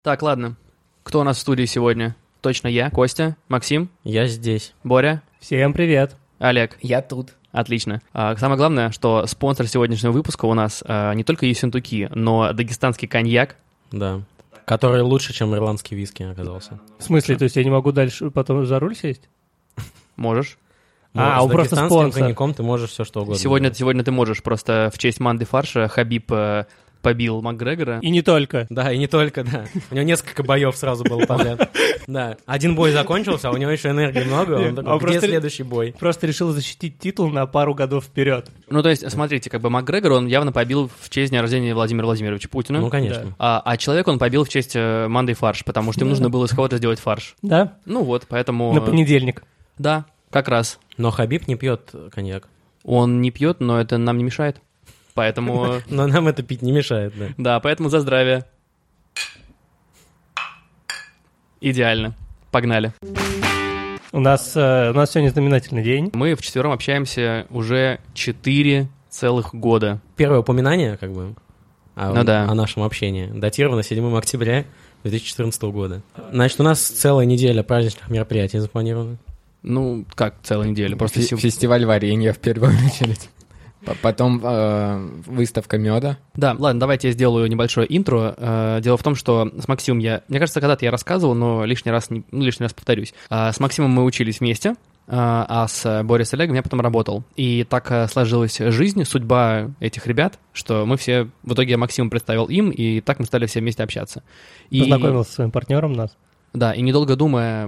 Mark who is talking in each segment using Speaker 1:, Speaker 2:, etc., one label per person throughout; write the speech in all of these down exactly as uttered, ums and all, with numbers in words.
Speaker 1: Так, ладно. Кто у нас в студии сегодня? Точно я, Костя, Максим,
Speaker 2: Я здесь.
Speaker 1: Боря,
Speaker 3: Всем привет.
Speaker 1: Олег.
Speaker 4: Я тут.
Speaker 1: Отлично. А, самое главное, что спонсор сегодняшнего выпуска у нас а, не только ессентуки, но дагестанский коньяк.
Speaker 2: Да. Который лучше, чем ирландский виски оказался.
Speaker 3: В смысле, то есть я не могу дальше потом за руль сесть?
Speaker 1: Можешь.
Speaker 3: А,
Speaker 2: Но
Speaker 3: он
Speaker 2: с
Speaker 3: просто
Speaker 2: дагестанским
Speaker 3: спонсор.
Speaker 2: коньяком ты можешь все что угодно.
Speaker 1: Сегодня, сегодня ты можешь просто в честь манды фарша Хабиб э, побил Макгрегора.
Speaker 3: И не только.
Speaker 2: Да, и не только, да. У него несколько боев сразу было подряд. Да. Один бой закончился, а у него еще энергии много. Он такой,
Speaker 3: А
Speaker 2: где
Speaker 3: просто-
Speaker 2: следующий бой?
Speaker 3: Просто решил защитить титул на пару годов вперед.
Speaker 1: Ну, то есть, смотрите, как бы Макгрегор, он явно побил в честь дня рождения Владимира Владимировича Путина.
Speaker 2: Ну, конечно.
Speaker 1: А, а человек он побил в честь э, манды фарш, потому что им
Speaker 3: Да.
Speaker 1: нужно было из кого-то сделать фарш.
Speaker 3: Да?
Speaker 1: Ну вот, поэтому...
Speaker 3: На понедельник.
Speaker 1: Да, как раз.
Speaker 2: Но Хабиб не пьет коньяк.
Speaker 1: Он не пьет, но это нам не мешает. Поэтому...
Speaker 2: Но нам это пить не мешает, да.
Speaker 1: Да, поэтому за здравие. Идеально. Погнали.
Speaker 3: У нас, э, у нас сегодня знаменательный день.
Speaker 1: Мы вчетвером общаемся уже четыре целых года.
Speaker 2: Первое упоминание, как бы, о,
Speaker 1: Ну да.
Speaker 2: о нашем общении датировано седьмого октября две тысячи четырнадцатого года. Значит, у нас целая неделя праздничных мероприятий запланирована.
Speaker 1: Ну, как целую неделю? Просто
Speaker 4: Фе-
Speaker 1: сев-
Speaker 4: Фестиваль варенья в первую очередь. П- Потом э, выставка меда.
Speaker 1: Да, ладно, давайте я сделаю небольшое интро. Э, Дело в том, что с Максимом я... Мне кажется, когда-то я рассказывал, но лишний раз, не... ну, лишний раз повторюсь. А, С Максимом мы учились вместе, а а с Борей с Олегом я потом работал. И так э, сложилась жизнь, судьба этих ребят, что мы все... В итоге я Максима представил им, и так мы стали все вместе общаться. И...
Speaker 3: Познакомился со своим партнером нас.
Speaker 1: Да, и недолго думая...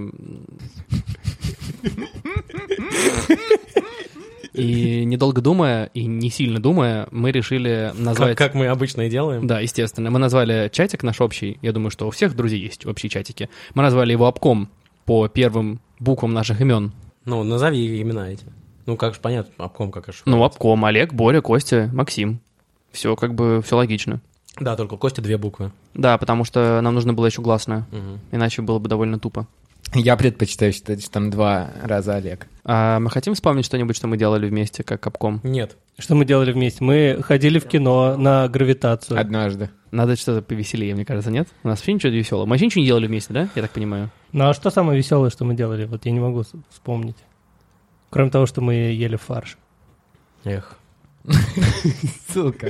Speaker 1: И недолго думая, и не сильно думая, мы решили назвать...
Speaker 2: Как, как мы обычно и делаем.
Speaker 1: Да, естественно. Мы назвали чатик наш общий. Я думаю, что у всех друзей есть общие чатики. Мы назвали его обком по первым буквам наших имен.
Speaker 2: Ну, назови имена эти. Ну, как же понятно, обком как ошибка.
Speaker 1: Ну, обком. Олег, Боря, Костя, Максим. Все как бы, все логично.
Speaker 2: Да, только у Кости две буквы.
Speaker 1: Да, потому что нам нужно было еще гласное.
Speaker 2: Мгм.
Speaker 1: Иначе было бы довольно тупо.
Speaker 4: Я предпочитаю считать, что там два раза Олег.
Speaker 1: А мы хотим вспомнить что-нибудь, что мы делали вместе, как обком?
Speaker 2: Нет.
Speaker 3: Что мы делали вместе? Мы ходили в кино на гравитацию.
Speaker 4: Однажды.
Speaker 1: Надо что-то повеселее, мне кажется, нет? У нас вообще ничего веселого. Мы вообще ничего не делали вместе, да? Я так понимаю.
Speaker 3: Ну а что самое веселое, что мы делали? Вот я не могу с- вспомнить. Кроме того, что мы ели фарш.
Speaker 2: Эх.
Speaker 4: Ссылка.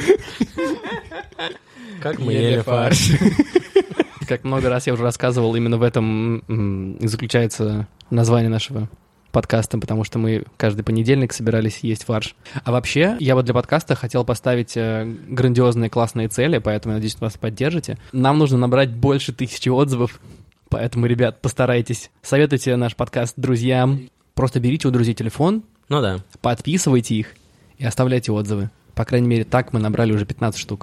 Speaker 2: Как мы ели фарш.
Speaker 1: Как много раз я уже рассказывал, именно в этом м, и заключается название нашего подкаста, потому что мы каждый понедельник собирались есть фарш. А вообще, я вот для подкаста хотел поставить э, грандиозные классные цели, поэтому, надеюсь, вы нас поддержите. Нам нужно набрать больше тысячи отзывов, поэтому, ребят, постарайтесь. Советуйте наш подкаст друзьям. Просто берите у друзей телефон,
Speaker 2: Ну да.
Speaker 1: подписывайте их и оставляйте отзывы. По крайней мере, так мы набрали уже пятнадцать штук.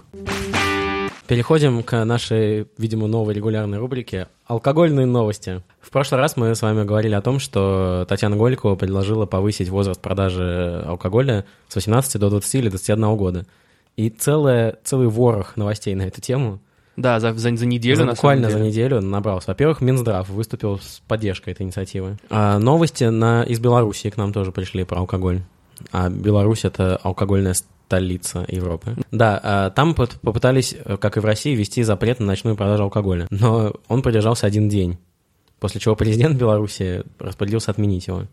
Speaker 2: Переходим к нашей, видимо, новой регулярной рубрике «Алкогольные новости». В прошлый раз мы с вами говорили о том, что Татьяна Голикова предложила повысить возраст продажи алкоголя с восемнадцати до двадцати или двадцати одного года. И целое, целый ворох новостей на эту тему.
Speaker 1: Да, за, за, за неделю,
Speaker 2: За-
Speaker 1: на
Speaker 2: буквально
Speaker 1: самом
Speaker 2: за
Speaker 1: деле.
Speaker 2: неделю набрался. Во-первых, Минздрав выступил с поддержкой этой инициативы. А новости на, из Белоруссии к нам тоже пришли про алкоголь. А Беларусь — это алкогольная столица Европы. Да, а там под- попытались, как и в России, ввести запрет на ночную продажу алкоголя. Но он продержался один день. После чего президент Беларуси распорядился отменить его.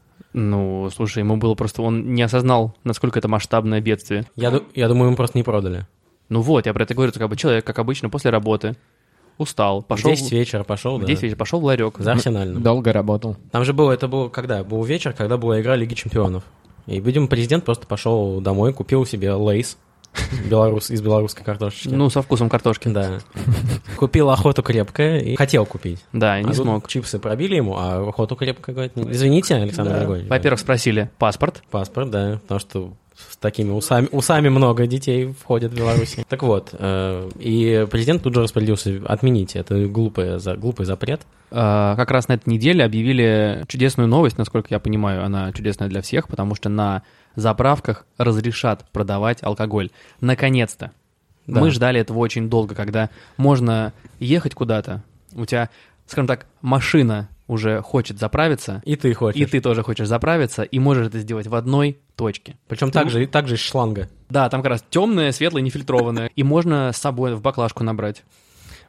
Speaker 1: Ну, слушай, ему было просто... Он не осознал, насколько это масштабное бедствие.
Speaker 2: Я, ду- я думаю, ему просто не продали.
Speaker 1: Ну вот, я про это говорю, как бы человек, как обычно, после работы, устал,
Speaker 2: В
Speaker 1: пошел...
Speaker 2: десять вечера пошел,
Speaker 1: в
Speaker 2: да.
Speaker 1: десять вечера пошел в ларек.
Speaker 2: За Арсенальным.
Speaker 4: Долго работал.
Speaker 2: Там же было, это было когда? Был вечер, когда была игра Лиги Чемпионов. И, видимо, президент просто пошел домой, купил себе лейс белорус, из белорусской картошечки.
Speaker 1: Ну, со вкусом картошки.
Speaker 2: Да. Купил охоту крепкое и хотел купить.
Speaker 1: Да, и не
Speaker 2: а тут
Speaker 1: смог.
Speaker 2: чипсы пробили ему, а охоту крепкое говорит, извините, Александр
Speaker 3: Да.
Speaker 2: Григорьевич.
Speaker 1: Во-первых, спросили паспорт.
Speaker 2: Паспорт, да, потому что с такими усами, усами много детей входят в Беларуси. Так вот, э, и президент тут же распорядился отменить это глупый, за, глупый запрет.
Speaker 1: А, Как раз на этой неделе объявили чудесную новость, насколько я понимаю, она чудесная для всех, потому что на заправках разрешат продавать алкоголь. Наконец-то.
Speaker 2: Да.
Speaker 1: Мы ждали этого очень долго, когда можно ехать куда-то, у тебя, скажем так, машина уже хочет заправиться,
Speaker 2: И ты хочешь.
Speaker 1: и ты тоже хочешь заправиться, и можешь это сделать в одной точке.
Speaker 2: Причем так же, так же из шланга.
Speaker 1: Да, там как раз темное, светлое, нефильтрованное, и можно с собой в баклажку набрать.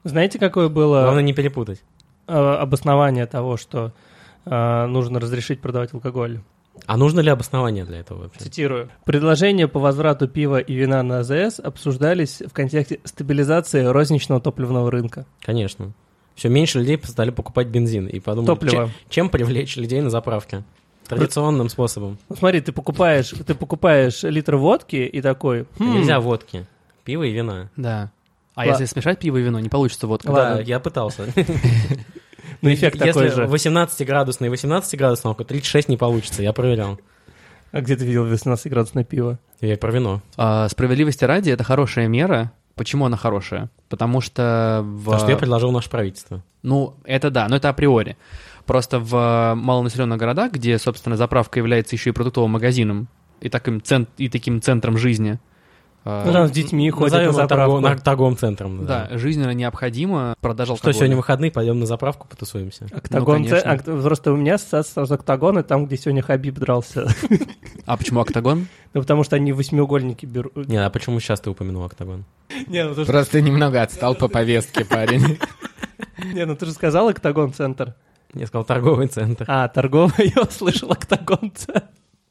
Speaker 3: Знаете, какое было
Speaker 2: Главное не перепутать.
Speaker 3: э, обоснование того, что э, нужно разрешить продавать алкоголь?
Speaker 2: А нужно ли обоснование для этого вообще?
Speaker 3: Цитирую. Предложения по возврату пива и вина на АЗС обсуждались в контексте стабилизации розничного топливного рынка.
Speaker 2: Конечно. Все меньше людей стали покупать бензин и подумали,
Speaker 3: Топливо.
Speaker 2: чем, чем привлечь людей на заправке. Традиционным способом.
Speaker 3: Ну, смотри, ты покупаешь, ты покупаешь литр водки и такой... «Хм,
Speaker 2: Нельзя водки. Пиво и вина.
Speaker 1: Да. А
Speaker 3: Ла-
Speaker 1: если смешать пиво и вино, не получится водка.
Speaker 3: Ладно.
Speaker 2: Да, я пытался.
Speaker 3: Ну, эффект такой
Speaker 2: Если
Speaker 3: же.
Speaker 2: восемнадцатиградусный и восемнадцатиградусный, то тридцать шесть не получится, я проверял.
Speaker 3: А где ты видел восемнадцатиградусное пиво?
Speaker 2: Я про вино.
Speaker 1: А, справедливости ради, это хорошая мера. Почему она хорошая? Потому что... В...
Speaker 2: Потому что я предложил наше правительство.
Speaker 1: Ну, это да, но это априори. Просто в малонаселенных городах, где, собственно, заправка является еще и продуктовым магазином, и таким, цент... и таким центром жизни,
Speaker 3: Ну, там с детьми ходят на
Speaker 2: Назовем его
Speaker 3: заправку.
Speaker 2: торгов- на- торговым центром.
Speaker 1: да, жизненно необходимо продажа
Speaker 2: Что,
Speaker 1: алкоголя.
Speaker 2: сегодня выходные, пойдем на заправку, потусуемся.
Speaker 3: Октагон,
Speaker 1: Ну,
Speaker 3: ц-
Speaker 1: конечно.
Speaker 3: ок- просто у меня ассоциация сразу октагон, и там, где сегодня Хабиб дрался.
Speaker 1: А почему октагон?
Speaker 3: Ну, потому что они восьмиугольники берут.
Speaker 2: Не, а почему сейчас ты упомянул октагон?
Speaker 3: Не, ну ты же,
Speaker 4: Просто немного отстал по повестке, парень.
Speaker 3: не, ну ты же сказал октагон-центр.
Speaker 2: Я сказал торговый центр.
Speaker 3: А, торговый, я услышал октагон-центр.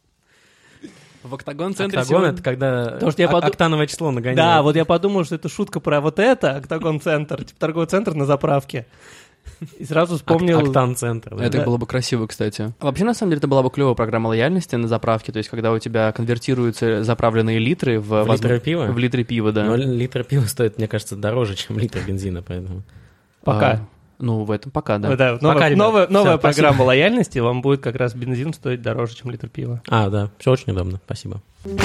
Speaker 1: В октагон-центре
Speaker 2: Октагон —
Speaker 1: сегодня-
Speaker 2: это когда
Speaker 3: Потому что я
Speaker 2: ок-
Speaker 3: поду-
Speaker 2: октановое число нагоняет.
Speaker 3: Да, вот я подумал, что это шутка про вот это, октагон-центр, типа торговый центр на заправке. И сразу вспомнил...
Speaker 2: Октан-центр. да.
Speaker 1: Это
Speaker 3: Да.
Speaker 1: было бы красиво, кстати. А вообще, на самом деле, это была бы клевая программа лояльности на заправке, то есть когда у тебя конвертируются заправленные литры в...
Speaker 2: В
Speaker 1: возможно-
Speaker 2: литры пива?
Speaker 1: В литры пива, да.
Speaker 2: Но литр пива стоит, мне кажется, дороже, чем литр бензина, поэтому...
Speaker 3: Пока.
Speaker 1: А, ну, в этом пока, да.
Speaker 3: Да, новая,
Speaker 2: Пока, ребят.
Speaker 3: новая, новая
Speaker 2: Всё, спасибо.
Speaker 3: программа лояльности, вам будет как раз бензин стоить дороже, чем литр пива.
Speaker 2: А, да, все очень удобно, спасибо.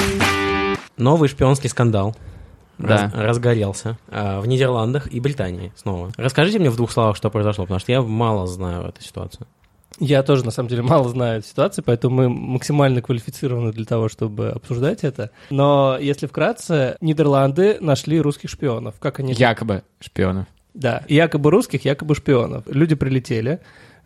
Speaker 2: Новый шпионский скандал
Speaker 1: Да.
Speaker 2: раз- разгорелся а, в Нидерландах и Британии снова. Расскажите мне в двух словах, что произошло, потому что я мало знаю эту ситуацию.
Speaker 3: Я тоже, на самом деле, мало знаю эту ситуацию, поэтому мы максимально квалифицированы для того, чтобы обсуждать это. Но, если вкратце, Нидерланды нашли русских шпионов. Как они...
Speaker 4: Якобы шпионов.
Speaker 3: Да, якобы русских, якобы шпионов. Люди прилетели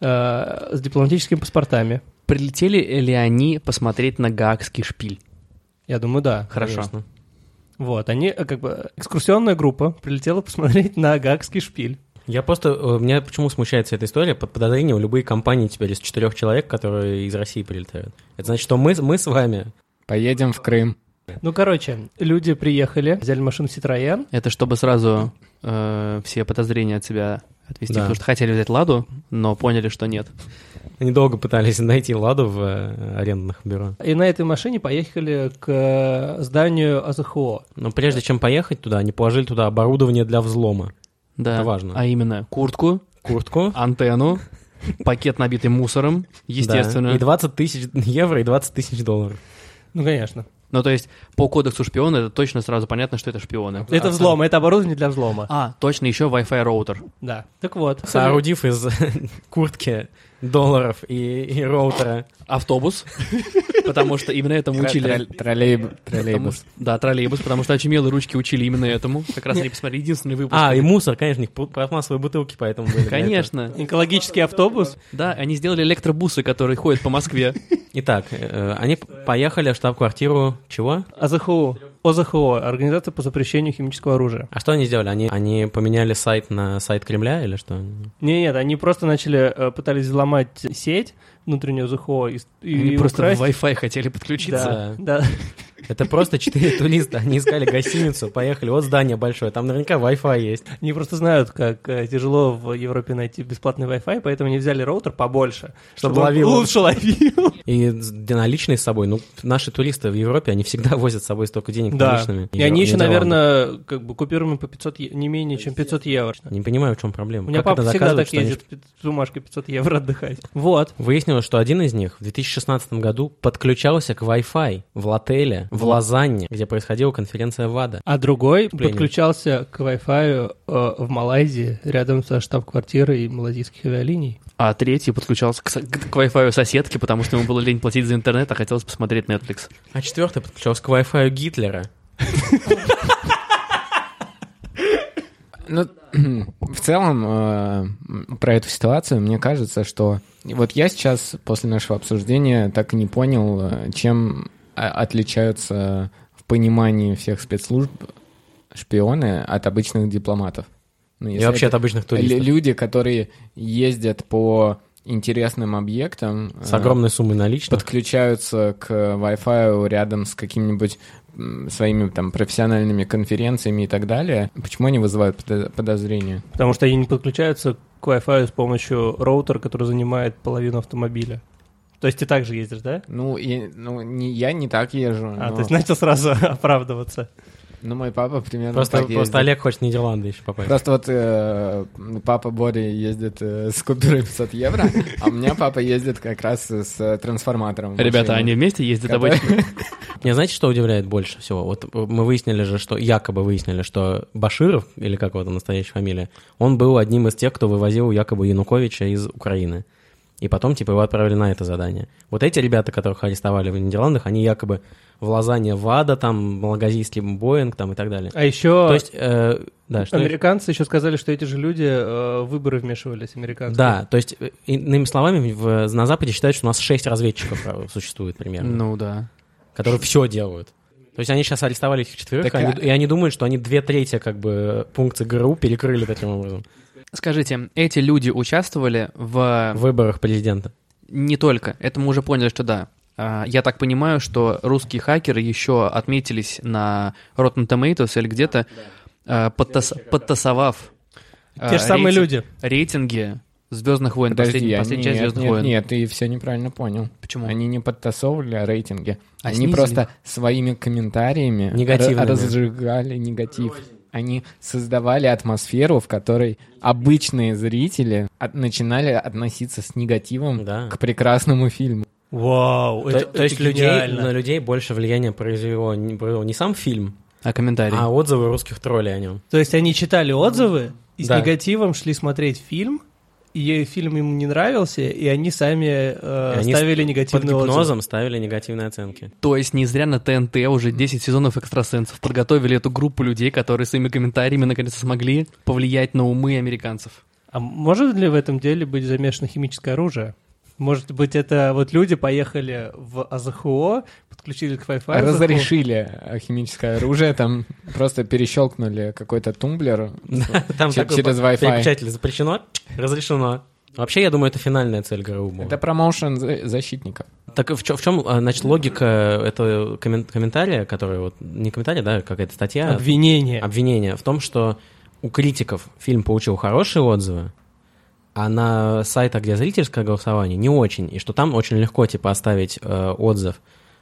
Speaker 3: э, с дипломатическими паспортами.
Speaker 1: Прилетели ли они посмотреть на Гаагский шпиль?
Speaker 3: Я думаю, да.
Speaker 1: Хорошо.
Speaker 2: Конечно.
Speaker 3: Вот, они, э, как бы, экскурсионная группа прилетела посмотреть на Гаагский шпиль.
Speaker 2: Я просто... э, Меня почему смущает вся эта история? Под подозрением любые компании теперь из четырех человек, которые из России прилетают. Это значит, что мы, мы с вами...
Speaker 4: Поедем в Крым.
Speaker 3: Ну, короче, люди приехали, взяли машину Citroёn.
Speaker 1: Это чтобы сразу э, все подозрения от себя отвести,
Speaker 2: Да.
Speaker 1: потому что хотели взять «Ладу», но поняли, что нет.
Speaker 2: Они долго пытались найти «Ладу» в э, арендных бюро.
Speaker 3: И на этой машине поехали к э, зданию А З Х О.
Speaker 2: Но прежде чем поехать туда, они положили туда оборудование для взлома.
Speaker 1: Да.
Speaker 2: Это важно.
Speaker 1: А именно куртку,
Speaker 2: Куртку.
Speaker 1: антенну, пакет, набитый мусором, естественно.
Speaker 2: Да. И двадцать тысяч евро, и двадцать тысяч долларов.
Speaker 3: Ну, конечно.
Speaker 1: Ну, то есть, по кодексу шпиона это точно сразу понятно, что это шпионы.
Speaker 3: Это взлом, это оборудование для взлома.
Speaker 1: А, точно, еще Wi-Fi роутер.
Speaker 3: Да. Так вот.
Speaker 2: Соорудив из куртки, долларов и, и роутера.
Speaker 1: Автобус, потому что именно этому учили.
Speaker 4: Троллей- троллейб-
Speaker 1: Потому
Speaker 4: Троллейбус.
Speaker 1: что- Да, троллейбус, потому что очумелые ручки учили именно этому. Как раз они посмотрели единственный выпуск.
Speaker 2: А, и мусор, конечно, у них пластмассовые бутылки, поэтому были. для этого.
Speaker 1: Конечно.
Speaker 3: Экологический автобус.
Speaker 1: Да, они сделали электробусы, которые ходят по Москве.
Speaker 2: Итак, э, они поехали в штаб-квартиру чего?
Speaker 3: А З Х О. О З Х О. Организация по запрещению химического оружия.
Speaker 2: А что они сделали? Они, они поменяли сайт на сайт Кремля или что?
Speaker 3: Не, нет, они просто начали, э, пытались взломать сеть внутреннюю О З Х О и, и
Speaker 1: Они просто
Speaker 3: украсть.
Speaker 1: в Wi-Fi хотели подключиться.
Speaker 3: Да, да.
Speaker 2: Это просто четыре туриста. Они искали гостиницу, поехали. Вот здание большое, там наверняка Wi-Fi есть.
Speaker 3: Они просто знают, как э, тяжело в Европе найти бесплатный Wi-Fi, поэтому они взяли роутер побольше,
Speaker 2: Чтобы
Speaker 3: он
Speaker 2: ловил.
Speaker 3: лучше ловил.
Speaker 2: И с- наличные с собой. Ну, наши туристы в Европе, они всегда возят с собой столько денег
Speaker 3: Да.
Speaker 2: наличными.
Speaker 3: И они еще,
Speaker 2: Нидерланды.
Speaker 3: наверное, как бы купируемы по пятьсот, е- не менее, чем пятьсот евро.
Speaker 2: Не понимаю, в чем проблема.
Speaker 3: У меня
Speaker 2: Как
Speaker 3: папа
Speaker 2: это
Speaker 3: всегда
Speaker 2: доказывает,
Speaker 3: так
Speaker 2: что они-
Speaker 3: ездит с бумажкой пятьсот евро отдыхать. Вот.
Speaker 2: Выяснилось, что один из них в две тысячи шестнадцатом году подключался к Wi-Fi в Лотеле в Лозанне, где происходила конференция ВАДА.
Speaker 3: А другой
Speaker 2: Вступление.
Speaker 3: подключался к Wi-Fi э, в Малайзии, рядом со штаб-квартирой малазийских авиалиний.
Speaker 1: А третий подключался к, со- к Wi-Fi соседки, потому что ему было лень платить за интернет, а хотелось посмотреть Netflix.
Speaker 2: А четвертый подключался к Wi-Fi Гитлера.
Speaker 4: Ну, в целом, э, про эту ситуацию мне кажется, что вот я сейчас после нашего обсуждения так и не понял, э, чем а- отличаются в понимании всех спецслужб шпионы от обычных дипломатов. Ну,
Speaker 2: И
Speaker 4: если
Speaker 2: вообще от
Speaker 4: это
Speaker 2: обычных туристов.
Speaker 4: лю- люди, которые ездят по интересным объектам,
Speaker 2: С
Speaker 4: э,
Speaker 2: огромной суммой наличных.
Speaker 4: подключаются к Wi-Fi рядом с какими-нибудь м, своими там профессиональными конференциями и так далее, почему они вызывают подо- подозрения?
Speaker 3: Потому что они не подключаются к Wi-Fi с помощью роутера, который занимает половину автомобиля. То есть ты так же ездишь, да?
Speaker 4: Ну, и, ну не, я не так езжу.
Speaker 3: А,
Speaker 4: но,
Speaker 3: то есть начал сразу оправдываться.
Speaker 4: ну, мой папа примерно
Speaker 2: Просто,
Speaker 4: так
Speaker 2: просто
Speaker 4: ездит.
Speaker 2: Олег хочет в Нидерланды еще попасть.
Speaker 4: Просто вот э, папа Боря ездит э, с купюрой пятьсот евро, а у меня папа ездит как раз с э, трансформатором. в
Speaker 1: Ребята,
Speaker 4: машине.
Speaker 1: они вместе ездят
Speaker 4: Который-
Speaker 1: обычно?
Speaker 2: Меня знаете, что удивляет больше всего? Вот мы выяснили же, что якобы выяснили, что Баширов, или как его там настоящая фамилия, он был одним из тех, кто вывозил якобы Януковича из Украины. И потом, типа, его отправили на это задание. Вот эти ребята, которых арестовали в Нидерландах, они якобы в Лозанне ВАДА, там, малогазийский Боинг, там, и так далее.
Speaker 3: А еще
Speaker 2: То есть, э, да, что...
Speaker 3: американцы еще сказали, что эти же люди э, в выборы вмешивались, американцы.
Speaker 2: Да, то есть, э, иными словами, в, на Западе считают, что у нас шесть разведчиков э, существует примерно,
Speaker 1: Ну да.
Speaker 2: которые все делают. То есть они сейчас арестовали этих четверых,
Speaker 4: Так,
Speaker 2: они-
Speaker 4: а-
Speaker 2: и они думают, что они две трети как бы пункций ГРУ перекрыли таким образом
Speaker 1: Скажите, эти люди участвовали в...
Speaker 2: в выборах президента.
Speaker 1: Не только. Это мы уже поняли, что да. А, Я так понимаю, что русские хакеры еще отметились на Rotten Tomatoes или где-то, а, подтас- подтасовав а,
Speaker 3: Те же самые
Speaker 1: рейтинг-
Speaker 3: люди.
Speaker 1: рейтинги «Звездных войн»,
Speaker 4: Подожди,
Speaker 1: последняя,
Speaker 4: они-
Speaker 1: последняя часть
Speaker 4: нет,
Speaker 1: «Звездных
Speaker 4: нет,
Speaker 1: войн».
Speaker 4: нет, ты все неправильно понял.
Speaker 1: Почему?
Speaker 4: Они не подтасовывали рейтинги.
Speaker 1: А
Speaker 4: Они
Speaker 1: снизили?
Speaker 4: просто своими комментариями
Speaker 2: Негативными.
Speaker 4: ра- разжигали негатив. Они создавали атмосферу, в которой обычные зрители от- начинали относиться с негативом
Speaker 2: Да.
Speaker 4: к прекрасному фильму.
Speaker 3: Вау,
Speaker 2: То,
Speaker 3: это,
Speaker 2: то есть
Speaker 3: это
Speaker 2: людей,
Speaker 3: гениально.
Speaker 2: на людей больше влияния произвело не, произвел не сам фильм,
Speaker 1: А комментарии?
Speaker 2: а отзывы русских троллей о нем.
Speaker 3: То есть они читали отзывы и с
Speaker 2: Да.
Speaker 3: негативом шли смотреть фильм, и фильм им не нравился, и они сами э,
Speaker 2: И они
Speaker 3: ставили
Speaker 2: Под
Speaker 3: негативные отзывы.
Speaker 2: гипнозом ставили негативные оценки.
Speaker 1: То есть не зря на ТНТ уже десять сезонов «Экстрасенсов» подготовили эту группу людей, которые своими комментариями наконец-то смогли повлиять на умы американцев.
Speaker 3: А может ли в этом деле быть замешано химическое оружие? Может быть, это вот люди поехали в АЗХО, подключили к Wi-Fi.
Speaker 4: Разрешили э, химическое оружие, там просто перещелкнули какой-то тумблер
Speaker 2: Там
Speaker 4: че-
Speaker 2: такой
Speaker 4: через
Speaker 2: по-
Speaker 4: Wi-Fi.
Speaker 2: переключатель запрещено, разрешено. Вообще, я думаю, это финальная цель ГРУ была.
Speaker 4: Это промоушен за- защитников.
Speaker 2: Так в чем, в чем, значит, логика этого коммен- комментария, который вот, не комментарий, да, какая-то статья,
Speaker 3: Обвинение.
Speaker 2: обвинение в том, что у критиков фильм получил хорошие отзывы, а на сайтах, где зрительское голосование, не очень, и что там очень легко, типа, оставить э, отзыв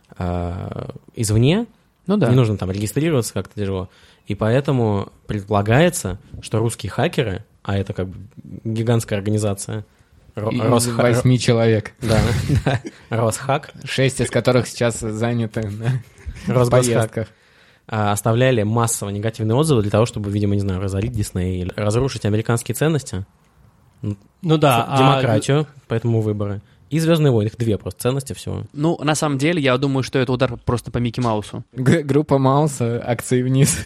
Speaker 2: э, извне,
Speaker 1: Ну да.
Speaker 2: не нужно там регистрироваться как-то тяжело, и поэтому предполагается, что русские хакеры, а это как бы гигантская организация, Ро-
Speaker 4: Из
Speaker 2: Росха-
Speaker 4: восьми человек,
Speaker 2: да, да, Росхак,
Speaker 4: шесть из которых сейчас заняты на
Speaker 2: Росгосхак,
Speaker 4: поездках.
Speaker 2: а, оставляли массово негативные отзывы для того, чтобы, видимо, не знаю, разорить Дисней или разрушить американские ценности,
Speaker 3: Ну да. а-
Speaker 2: демократию, поэтому выборы. И «Звездные войны», их две просто ценности всего.
Speaker 1: Ну, на самом деле, я думаю, что это удар просто по Микки Маусу.
Speaker 4: Г- группа Мауса, акции вниз.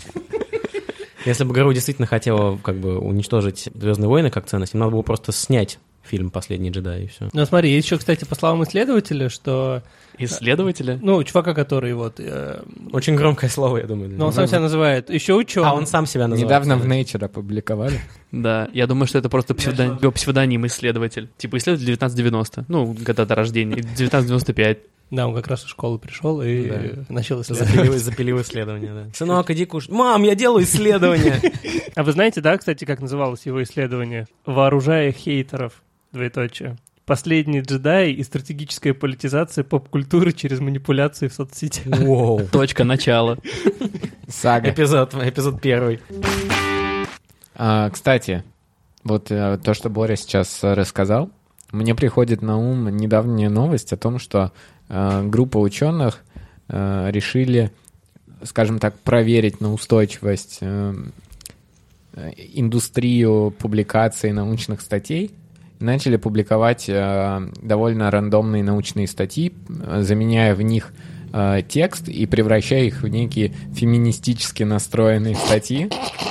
Speaker 2: Если бы ГРУ действительно хотела как бы уничтожить «Звездные войны» как ценность, им надо было просто снять фильм «Последний джедай» и все.
Speaker 3: Ну смотри, есть еще, кстати, по словам исследователя, что...
Speaker 1: Исследователи?
Speaker 3: Ну, чувака, который вот... э,
Speaker 2: Очень громкое слово, я думаю.
Speaker 3: ну, он сам себя называет еще ученым.
Speaker 2: А он сам себя называет.
Speaker 4: Недавно в Nature опубликовали.
Speaker 1: Да, я думаю, что это просто псевдо- его псевдоним исследователь. Типа исследователь девятнадцать девяносто. Ну, года рождения. девятнадцать девяносто пять.
Speaker 3: Да, он как раз из школы пришел и
Speaker 2: Да.
Speaker 3: начал исследовать.
Speaker 2: Запилил, запилил исследование, да. Сынок, иди кушать. Мам, я делаю исследование.
Speaker 3: А вы знаете, да, кстати, как называлось его исследование? «Вооружая хейтеров», двоеточие. «Последний джедай и стратегическая политизация поп-культуры через манипуляции в соцсетях».
Speaker 2: Воу.
Speaker 1: Точка, начало.
Speaker 4: Сага.
Speaker 2: Эпизод, эпизод первый.
Speaker 4: А, кстати, вот э, то, что Боря сейчас э, рассказал, мне приходит на ум недавняя новость о том, что э, группа ученых э, решили, скажем так, проверить на устойчивость э, э, индустрию публикации научных статей. И начали публиковать э, довольно рандомные научные статьи, э, заменяя в них э, текст и превращая их в некие феминистически настроенные статьи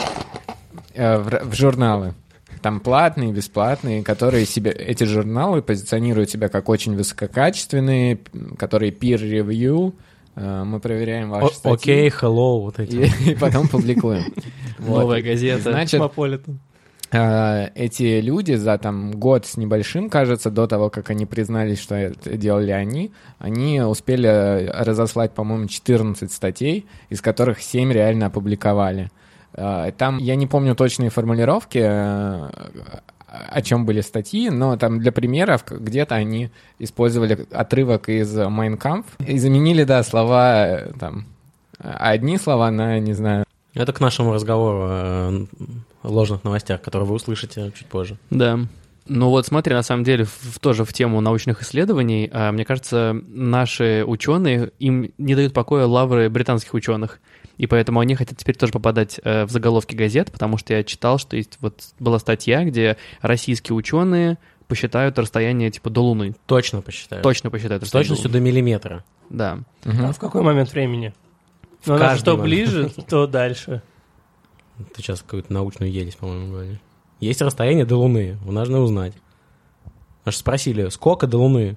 Speaker 4: э, в, р- в журналы. Там платные, бесплатные, которые себе, эти журналы позиционируют себя как очень высококачественные, м, которые peer-review, э, мы проверяем ваши
Speaker 2: О-
Speaker 4: статьи.
Speaker 2: Окей, hello, вот эти.
Speaker 4: И, и потом публикуем. Вот.
Speaker 1: Новая газета.
Speaker 4: Значит,
Speaker 3: Космополитен.
Speaker 4: э, эти люди за там год с небольшим, кажется, до того, как они признались, что это делали они, они успели разослать, по-моему, четырнадцать статей, из которых семь реально опубликовали. Э, Там, я не помню точные формулировки, э, о чем были статьи, но там для примеров где-то они использовали отрывок из «Mein Kampf» и заменили, да, слова, э, там, одни слова на, не знаю.
Speaker 2: Это к нашему разговору о ложных новостях, которые вы услышите чуть позже.
Speaker 1: Да. Ну вот смотри, на самом деле, в, тоже в тему научных исследований, а, мне кажется, наши ученые, им не дают покоя лавры британских ученых, и поэтому они хотят теперь тоже попадать э, в заголовки газет, потому что я читал, что есть вот была статья, где российские ученые посчитают расстояние типа до Луны.
Speaker 2: Точно посчитаю.
Speaker 1: Точно посчитают
Speaker 2: С
Speaker 1: расстояние
Speaker 2: точностью
Speaker 1: до
Speaker 2: до миллиметра.
Speaker 1: Луны. Да.
Speaker 3: А в какой момент времени?
Speaker 2: В
Speaker 3: Ну, у нас
Speaker 2: каждый
Speaker 3: что
Speaker 2: момент.
Speaker 3: ближе, то дальше.
Speaker 2: Ты сейчас какую-то научную ересь, по-моему, говоришь. Есть расстояние до Луны, нужно узнать. Аж спросили, сколько до Луны?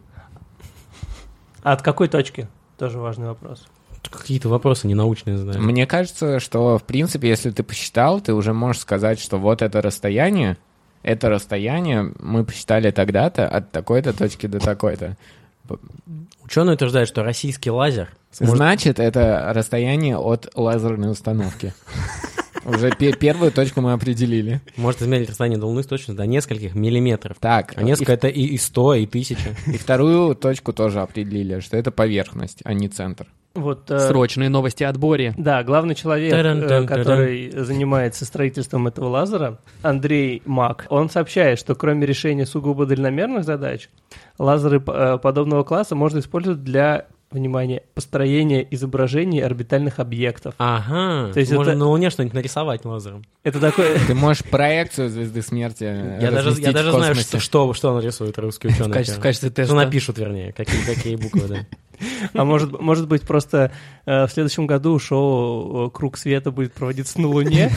Speaker 3: А от какой точки? Тоже важный вопрос.
Speaker 2: Какие-то вопросы ненаучные задаешь.
Speaker 4: Мне кажется, что, в принципе, если ты посчитал, ты уже можешь сказать, что вот это расстояние, это расстояние мы посчитали тогда-то от такой-то точки до такой-то.
Speaker 2: Ученые утверждают, что российский лазер сможет...
Speaker 4: Значит, это расстояние от лазерной установки. Уже пе- первую точку мы определили.
Speaker 2: может измерить расстояние до Луны с точностью до нескольких миллиметров.
Speaker 4: Так,
Speaker 2: А несколько это и, и сто, и тысяча.
Speaker 4: и вторую точку тоже определили, что это поверхность, а не центр.
Speaker 3: Вот, э,
Speaker 1: Срочные новости о Боре.
Speaker 3: да, главный человек,
Speaker 2: Та-дам-там,
Speaker 3: э, который занимается строительством этого лазера, Андрей Мак, он сообщает, что кроме решения сугубо дальномерных задач, лазеры э, подобного класса можно использовать для, внимание, построения изображений орбитальных объектов.
Speaker 2: Ага,
Speaker 3: То есть
Speaker 2: можно
Speaker 3: это-
Speaker 2: на Луне что-нибудь нарисовать лазером.
Speaker 3: Это такое...
Speaker 4: Ты можешь проекцию звезды смерти
Speaker 2: Я даже,
Speaker 4: разместить
Speaker 2: я даже
Speaker 4: в
Speaker 2: знаю,
Speaker 4: космосе.
Speaker 2: что, что, что нарисуют русские ученые.
Speaker 1: В качестве, в качестве теста.
Speaker 2: Что напишут, вернее, какие, какие буквы, да.
Speaker 3: А может, может быть, просто э, в следующем году шоу э, «Круг света» будет проводиться на Луне?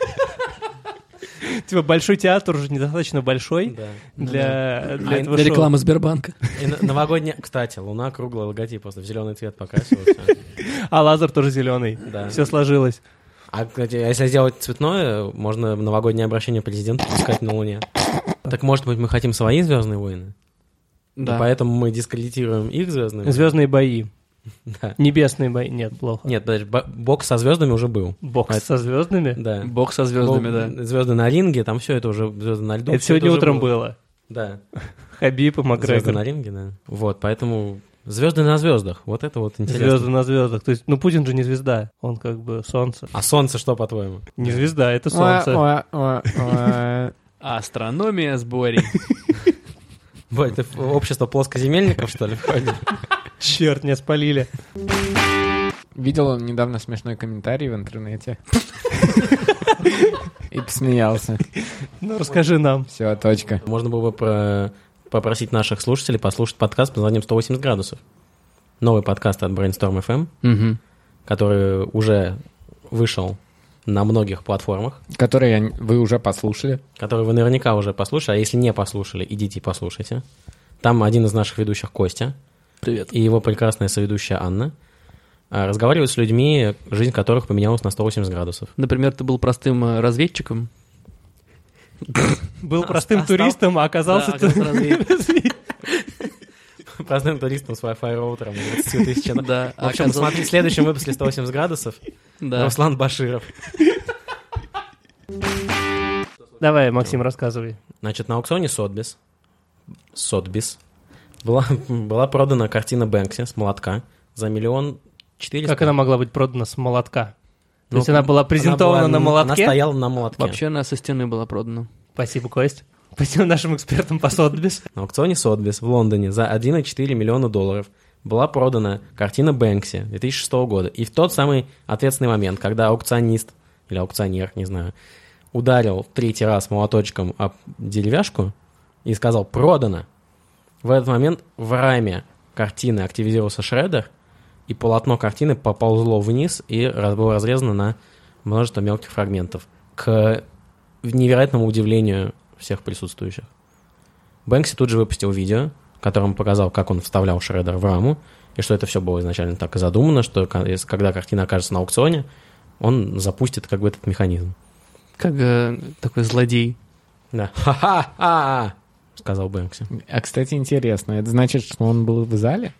Speaker 3: Типа большой театр уже недостаточно большой
Speaker 2: Да.
Speaker 3: для, для
Speaker 2: А
Speaker 3: этого
Speaker 1: Для
Speaker 3: шоу.
Speaker 1: рекламы Сбербанка.
Speaker 2: И на- новогодняя... Кстати, Луна круглый логотип, просто в зеленый цвет покрасился.
Speaker 3: А лазер тоже зеленый.
Speaker 2: Да.
Speaker 3: Все сложилось.
Speaker 2: А, кстати, если сделать цветное, можно новогоднее обращение президента пускать на Луне. Так, может быть, мы хотим свои «Звездные войны»? И
Speaker 1: Да.
Speaker 2: поэтому мы дискредитируем их «Звездные войны»?
Speaker 3: Звездные бои.
Speaker 2: Да.
Speaker 3: Небесные бои. Нет, плохо.
Speaker 2: Нет, подожди, бо- бокс со звездами уже был.
Speaker 3: Бокс
Speaker 2: А-
Speaker 3: со звездами?
Speaker 2: Да.
Speaker 1: Бог со звездами, да.
Speaker 2: Звезды на ринге, там все это уже звезды на льду.
Speaker 3: Это
Speaker 2: всё
Speaker 3: сегодня
Speaker 2: уже
Speaker 3: утром было.
Speaker 2: Да.
Speaker 3: Хабиб и
Speaker 2: Звезды
Speaker 3: Макгрегор.
Speaker 2: на ринге, да. Вот, поэтому звезды на звездах. Вот это вот интересно.
Speaker 3: Звезды на звездах. То есть, ну, Путин же не звезда. Он как бы солнце.
Speaker 2: А солнце что, по-твоему?
Speaker 3: Не звезда, это солнце.
Speaker 4: О, о, о, о.
Speaker 1: Астрономия с Борей.
Speaker 2: Бой, ты в общество плоскоземельников, что ли, входишь?
Speaker 3: Черт, меня спалили.
Speaker 4: Видел недавно смешной комментарий в интернете. И посмеялся.
Speaker 3: Ну, расскажи нам.
Speaker 4: Все, точка.
Speaker 2: Можно было бы про- попросить наших слушателей послушать подкаст под названием «сто восемьдесят градусов». Новый подкаст от Brainstorm эф эм,
Speaker 1: Мгм.
Speaker 2: который уже вышел на многих платформах,
Speaker 4: Которые вы уже послушали.
Speaker 2: который вы наверняка уже послушали, а если не послушали, идите и послушайте. Там один из наших ведущих, Костя,
Speaker 1: Привет.
Speaker 2: и его прекрасная соведущая Анна а, разговаривают с людьми, жизнь которых поменялась на сто восемьдесят градусов.
Speaker 1: Например, ты был простым э, разведчиком.
Speaker 3: Был простым
Speaker 1: Остал-
Speaker 3: туристом, а оказался...
Speaker 1: Да, оказался разведчиком.
Speaker 2: Простым туристом с Wi-Fi роутером и двадцатью тысячами.
Speaker 1: Да,
Speaker 2: В общем,
Speaker 1: оказался-
Speaker 2: смотри, в следующем выпуске сто восемьдесят градусов
Speaker 1: Да.
Speaker 2: Руслан Баширов.
Speaker 3: Давай, Максим, рассказывай.
Speaker 2: Значит, на аукционе Сотбис, Сотбис была, была продана картина Бэнкси с молотка за миллион четыреста.
Speaker 3: Как она могла быть продана с молотка? То
Speaker 2: Ну,
Speaker 3: есть она была презентована
Speaker 2: она была-
Speaker 3: на молотке?
Speaker 2: Она стояла на молотке.
Speaker 1: Вообще она со стены была продана.
Speaker 3: Спасибо, Кость. Спасибо нашим экспертам по Сотбис.
Speaker 2: На аукционе Сотбис в Лондоне за один целых четыре десятых миллиона долларов была продана картина Бэнкси две тысячи шестого года. И в тот самый ответственный момент, когда аукционист или аукционер, не знаю, ударил третий раз молоточком об деревяшку и сказал «продано», в этот момент в раме картины активизировался шредер, и полотно картины поползло вниз и раз- было разрезано на множество мелких фрагментов. К невероятному удивлению всех присутствующих. Бэнкси тут же выпустил видео, в котором показал, как он вставлял шредер в раму, и что это все было изначально так и задумано, что ка- если- когда картина окажется на аукционе, он запустит как бы этот механизм.
Speaker 1: Как э, такой злодей.
Speaker 2: Да. Ха-ха-ха! Сказал Бэнкси.
Speaker 4: А, кстати, интересно, это значит, что он был в зале?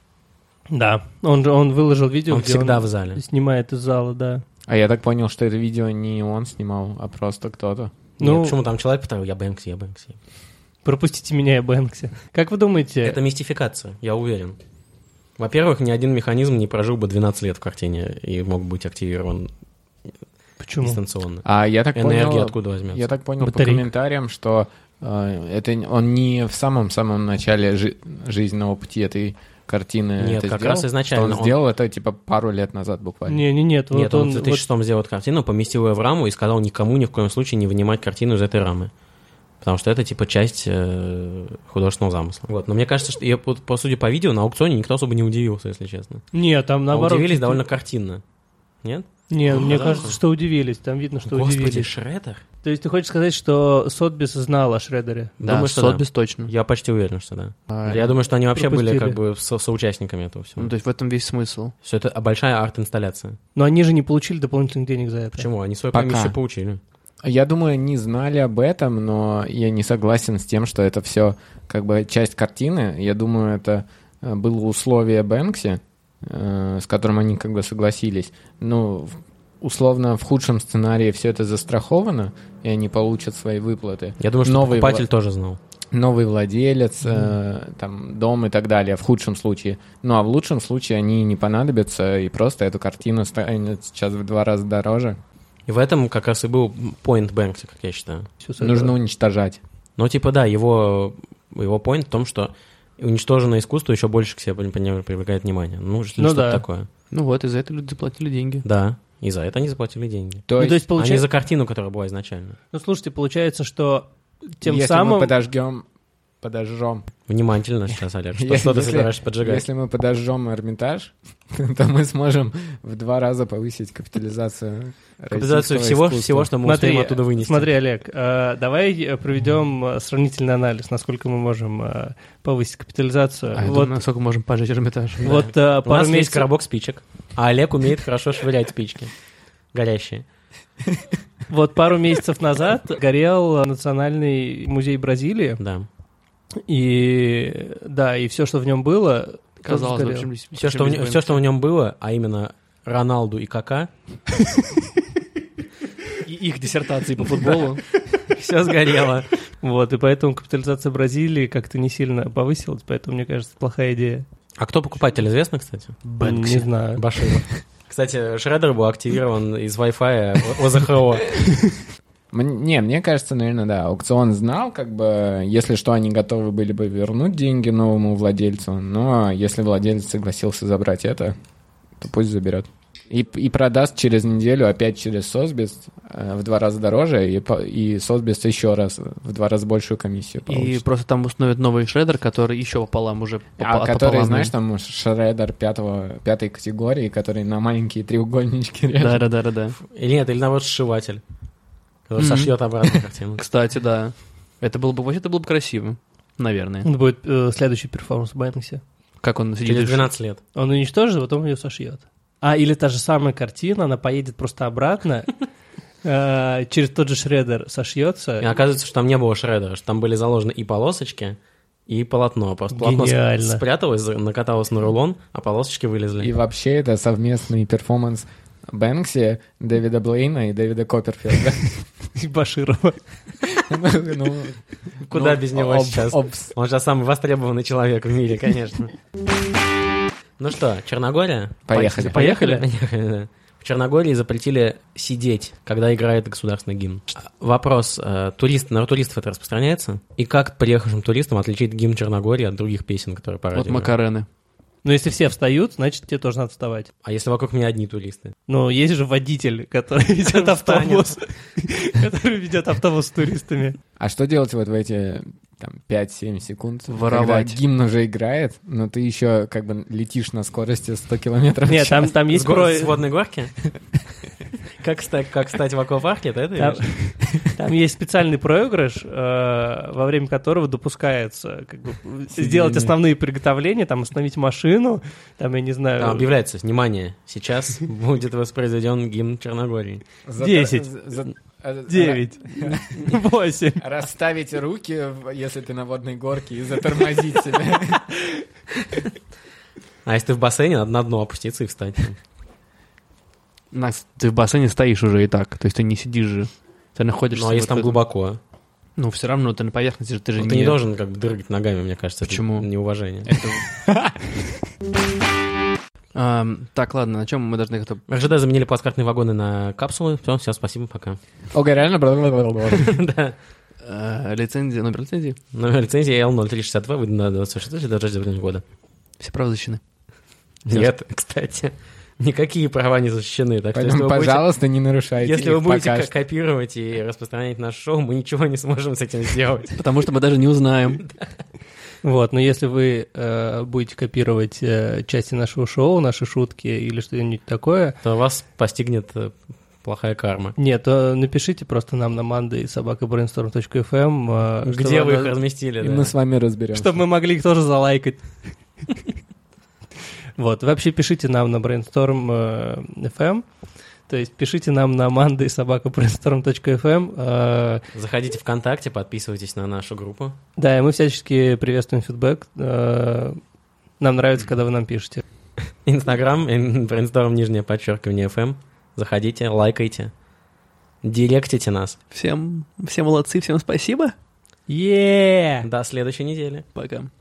Speaker 3: Да, он, же- он выложил видео,
Speaker 2: Он
Speaker 3: где
Speaker 2: всегда
Speaker 3: он
Speaker 2: в зале.
Speaker 3: снимает из зала, да.
Speaker 4: А я так понял, что это видео не он снимал, а просто кто-то.
Speaker 2: Ну,
Speaker 3: Ну-
Speaker 2: почему там человек повторил, я Бэнкси, я Бэнкси.
Speaker 3: Пропустите меня, я Бэнкси. Как вы думаете?
Speaker 2: Это мистификация, я уверен. Во-первых, ни один механизм не прожил бы двенадцать лет в картине и мог быть активирован
Speaker 3: Почему?
Speaker 2: дистанционно.
Speaker 4: А я так
Speaker 2: Энергия
Speaker 4: понял,
Speaker 2: откуда возьмется?
Speaker 4: я так понял по
Speaker 3: Батарейка.
Speaker 4: комментариям, что э, это он не в самом-самом начале жи- жизненного пути этой картины
Speaker 2: Нет,
Speaker 4: это
Speaker 2: как
Speaker 4: сделал,
Speaker 2: раз изначально
Speaker 4: что он
Speaker 2: он-
Speaker 4: сделал это типа пару лет назад буквально.
Speaker 3: Не, не, нет,
Speaker 2: Нет,
Speaker 3: вот
Speaker 2: он
Speaker 3: он,
Speaker 2: в
Speaker 3: вот-
Speaker 2: две тысячи шестом сделал эту картину, поместил ее в раму и сказал никому ни в коем случае не вынимать картину из этой рамы. Потому что это типа часть э, художественного замысла. Вот. Но мне кажется, что я, по, по сути по видео на аукционе никто особо не удивился, если честно.
Speaker 3: Нет, там
Speaker 2: А
Speaker 3: наоборот.
Speaker 2: удивились
Speaker 3: ты-
Speaker 2: довольно картинно. Нет?
Speaker 3: Нет, мне
Speaker 2: Да.
Speaker 3: кажется, что удивились. Там видно, что
Speaker 2: Господи,
Speaker 3: удивились.
Speaker 2: Шредер?
Speaker 3: То есть ты хочешь сказать, что Сотбис знал о Шредере?
Speaker 1: Да,
Speaker 2: Думаю, что да.
Speaker 1: Сотбис точно.
Speaker 2: Я почти уверен, что да.
Speaker 1: А,
Speaker 2: Я думаю, что они вообще были
Speaker 3: пропустили.
Speaker 2: как бы со- соучастниками этого всего.
Speaker 1: Ну, то есть в этом весь смысл.
Speaker 2: Все это большая арт-инсталляция.
Speaker 3: Но они же не получили дополнительных денег за это.
Speaker 2: Почему? Они свою
Speaker 4: Пока.
Speaker 2: комиссию получили.
Speaker 4: Я думаю, они знали об этом, но я не согласен с тем, что это все как бы часть картины. Я думаю, это э, было условие Бэнкси, э, с которым они как бы согласились. Ну, в- условно, в худшем сценарии все это застраховано, и они получат свои выплаты.
Speaker 2: Я думаю, что
Speaker 4: Новый
Speaker 2: покупатель
Speaker 4: вла-
Speaker 2: тоже знал.
Speaker 4: Новый владелец, э, там, дом и так далее, в худшем случае. Ну, а в лучшем случае они не понадобятся, и просто эту картину станет сейчас в два раза дороже.
Speaker 2: И в этом как раз и был point Бэнкси, как я считаю.
Speaker 3: Всё согласен.
Speaker 4: Нужно уничтожать.
Speaker 2: Но типа да, его, его point в том, что уничтоженное искусство еще больше к себе привлекает внимание. Ну, что-
Speaker 3: Ну
Speaker 2: что-то
Speaker 3: да.
Speaker 2: такое.
Speaker 1: Ну вот, и за это люди заплатили деньги.
Speaker 2: Да, и за это они заплатили деньги.
Speaker 4: То
Speaker 3: Ну,
Speaker 4: есть,
Speaker 3: то есть
Speaker 2: А не
Speaker 3: получается...
Speaker 2: за картину, которая была изначально.
Speaker 3: Ну, слушайте, получается, что тем
Speaker 4: если
Speaker 3: самым...
Speaker 4: мы подожгем, подожжем,
Speaker 2: Внимательно сейчас, Олег. Что,
Speaker 4: Если-
Speaker 2: что ты
Speaker 4: если-
Speaker 2: собираешься поджигать?
Speaker 4: если мы подожжем Эрмитаж, то мы сможем в два раза повысить капитализацию
Speaker 2: Капитализацию
Speaker 4: российского
Speaker 2: всего,
Speaker 4: искусства.
Speaker 2: всего, что мы
Speaker 3: Смотри,
Speaker 2: успеем оттуда вынести.
Speaker 3: смотри, Олег, э, давай э, проведем э, сравнительный анализ, насколько мы можем э, повысить капитализацию.
Speaker 1: А я
Speaker 3: вот
Speaker 1: думаю, насколько можем пожечь Эрмитаж.
Speaker 3: вот э,
Speaker 2: У
Speaker 3: пару
Speaker 2: нас есть
Speaker 3: месяцев...
Speaker 2: коробок спичек, а Олег умеет хорошо швырять спички. Горящие.
Speaker 3: Вот пару месяцев назад горел Национальный музей Бразилии,
Speaker 2: Да.
Speaker 3: и да, и все, что в нем было, тоже
Speaker 1: Казалось, в
Speaker 3: сгорело.
Speaker 1: общем,
Speaker 2: Все, что, в, н- всё, что в нем было, а именно Роналду и Кака,
Speaker 1: И их диссертации по футболу.
Speaker 2: все сгорело.
Speaker 3: Вот, и поэтому капитализация Бразилии как-то не сильно повысилась, поэтому, мне кажется, плохая идея.
Speaker 2: А кто покупатель, известно, кстати?
Speaker 3: Не знаю.
Speaker 2: Баширов. Кстати, Шредер был активирован из Wi-Fi ОЗХО.
Speaker 4: М- Не, мне кажется, наверное, да. Аукцион знал, как бы, если что, они готовы были бы вернуть деньги новому владельцу, но если владелец согласился забрать это, то пусть заберет. И, и продаст через неделю опять через Сосбис э, в два раза дороже, и, по- и Сосбис еще раз в два раза большую комиссию
Speaker 1: И
Speaker 4: получит.
Speaker 1: просто там установят новый шредер, который еще пополам уже
Speaker 4: А
Speaker 1: попа-
Speaker 4: который,
Speaker 1: пополам.
Speaker 4: знаешь, там шредер пятого, пятой категории, который на маленькие треугольнички режет.
Speaker 1: Да-да-да-да.
Speaker 2: Или нет, или наоборот сшиватель, который
Speaker 1: Мгм.
Speaker 2: сошьет обратно картину.
Speaker 1: Кстати, да. Это было бы, вообще, это было бы красиво. Наверное.
Speaker 3: Это будет э, следующий перформанс в Бэнксе.
Speaker 1: Как он сидит.
Speaker 2: Через
Speaker 1: и ш-
Speaker 2: двенадцать лет.
Speaker 3: Он уничтожит, а потом ее сошьет. А, или та же самая картина, она поедет просто обратно, э, через тот же шредер сошьется.
Speaker 2: И оказывается, что там не было шредера, что там были заложены и полосочки, и полотно. Просто полотно
Speaker 3: Гениально.
Speaker 2: сп- спряталось, за- накаталось на рулон, а полосочки вылезли.
Speaker 4: И вообще это совместный перформанс Бэнкси, Дэвида Блейна и Дэвида Копперфилда.
Speaker 3: И Баширова.
Speaker 4: Ну,
Speaker 2: Куда
Speaker 4: ну,
Speaker 2: без него
Speaker 4: об-
Speaker 2: сейчас?
Speaker 4: обс.
Speaker 2: Он же самый востребованный человек в мире, конечно. Ну что, Черногория?
Speaker 4: Поехали.
Speaker 2: Поехали? Поехали, да. В Черногории запретили сидеть, когда играет государственный гимн. Вопрос, э, турист, на туристов это распространяется? И как приехавшим туристам отличить гимн Черногории от других песен, которые по радио
Speaker 1: Вот
Speaker 2: играют?
Speaker 1: Макарены.
Speaker 3: Но если все встают, значит, тебе тоже надо вставать.
Speaker 2: А если вокруг меня одни туристы?
Speaker 3: Но есть же водитель, который ведет автобус. Который ведет автобус с туристами.
Speaker 4: А что делать вот в эти там, пять-семь секунд,
Speaker 1: Воровать.
Speaker 4: когда гимн уже играет, но ты еще как бы летишь на скорости сто километров в
Speaker 3: Нет,
Speaker 4: час?
Speaker 3: там, там есть
Speaker 2: С, го-
Speaker 3: про...
Speaker 2: с водной горки? Как стать, как стать в аквапарке, это
Speaker 3: Там,
Speaker 2: это?
Speaker 3: там есть специальный проигрыш, э, во время которого допускается как бы, сделать основные приготовления, там остановить машину, там, я не знаю...
Speaker 2: Там объявляется, внимание, сейчас будет воспроизведен гимн Черногории.
Speaker 4: За-
Speaker 3: десять.
Speaker 4: за-
Speaker 3: девять, восемь.
Speaker 4: Расставить руки, если ты на водной горке, и затормозить себя.
Speaker 2: А если ты в бассейне, надо на дно опуститься и встать.
Speaker 1: Макс, ты в бассейне стоишь уже и так, то есть ты не сидишь же. Ты находишься...
Speaker 2: Ну, а если
Speaker 1: вот
Speaker 2: там
Speaker 1: в-
Speaker 2: глубоко?
Speaker 1: Ну, все равно ты на поверхности же, ты же
Speaker 2: Ну,
Speaker 1: не...
Speaker 2: ты не должен как бы дрыгать ногами, мне кажется.
Speaker 1: Почему?
Speaker 2: Это неуважение.
Speaker 1: Ам, так, ладно, на чем мы должны как-то...
Speaker 2: РЖД заменили плацкартные вагоны на капсулы. Все, всем спасибо, пока.
Speaker 4: Ого, реально?
Speaker 2: Да.
Speaker 1: э, лицензия, номер лицензии?
Speaker 2: Номер лицензии эл ноль три шестьдесят два выдан на двадцать шестое до двадцать девятого года.
Speaker 1: Все права защищены.
Speaker 2: Нет, кстати, никакие права не защищены. Так что если
Speaker 4: Поэтому,
Speaker 2: вы будете,
Speaker 4: пожалуйста, не нарушайте
Speaker 2: если вы
Speaker 4: их
Speaker 2: будете
Speaker 4: пока
Speaker 2: ко-
Speaker 4: что.
Speaker 2: копировать и распространять наше шоу, мы ничего не сможем с этим сделать.
Speaker 1: Потому что мы даже не узнаем.
Speaker 3: Вот, но если вы э, будете копировать э, части нашего шоу, наши шутки или что-нибудь такое,
Speaker 2: То вас постигнет э, плохая карма.
Speaker 3: нет, то напишите просто нам на манды собака брейнсторм точка эф эм, э,
Speaker 2: Где
Speaker 3: чтобы
Speaker 2: вы их
Speaker 3: она-
Speaker 2: разместили?
Speaker 4: И
Speaker 2: да?
Speaker 4: мы с вами разберемся.
Speaker 3: чтобы мы могли их тоже залайкать. Вот, вообще пишите нам на brainstorm точка эф эм, то есть пишите нам на манды собака брейнсторм точка эф эм. э,
Speaker 2: Заходите ВКонтакте, подписывайтесь на нашу группу.
Speaker 3: Да, и мы всячески приветствуем фидбэк. э, Нам нравится, когда вы нам пишете.
Speaker 2: Инстаграм, brainstorm, нижнее подчеркивание эф эм. Заходите, лайкайте, директите нас.
Speaker 1: Всем, все молодцы, всем спасибо.
Speaker 3: Е!
Speaker 2: До следующей недели.
Speaker 1: Пока.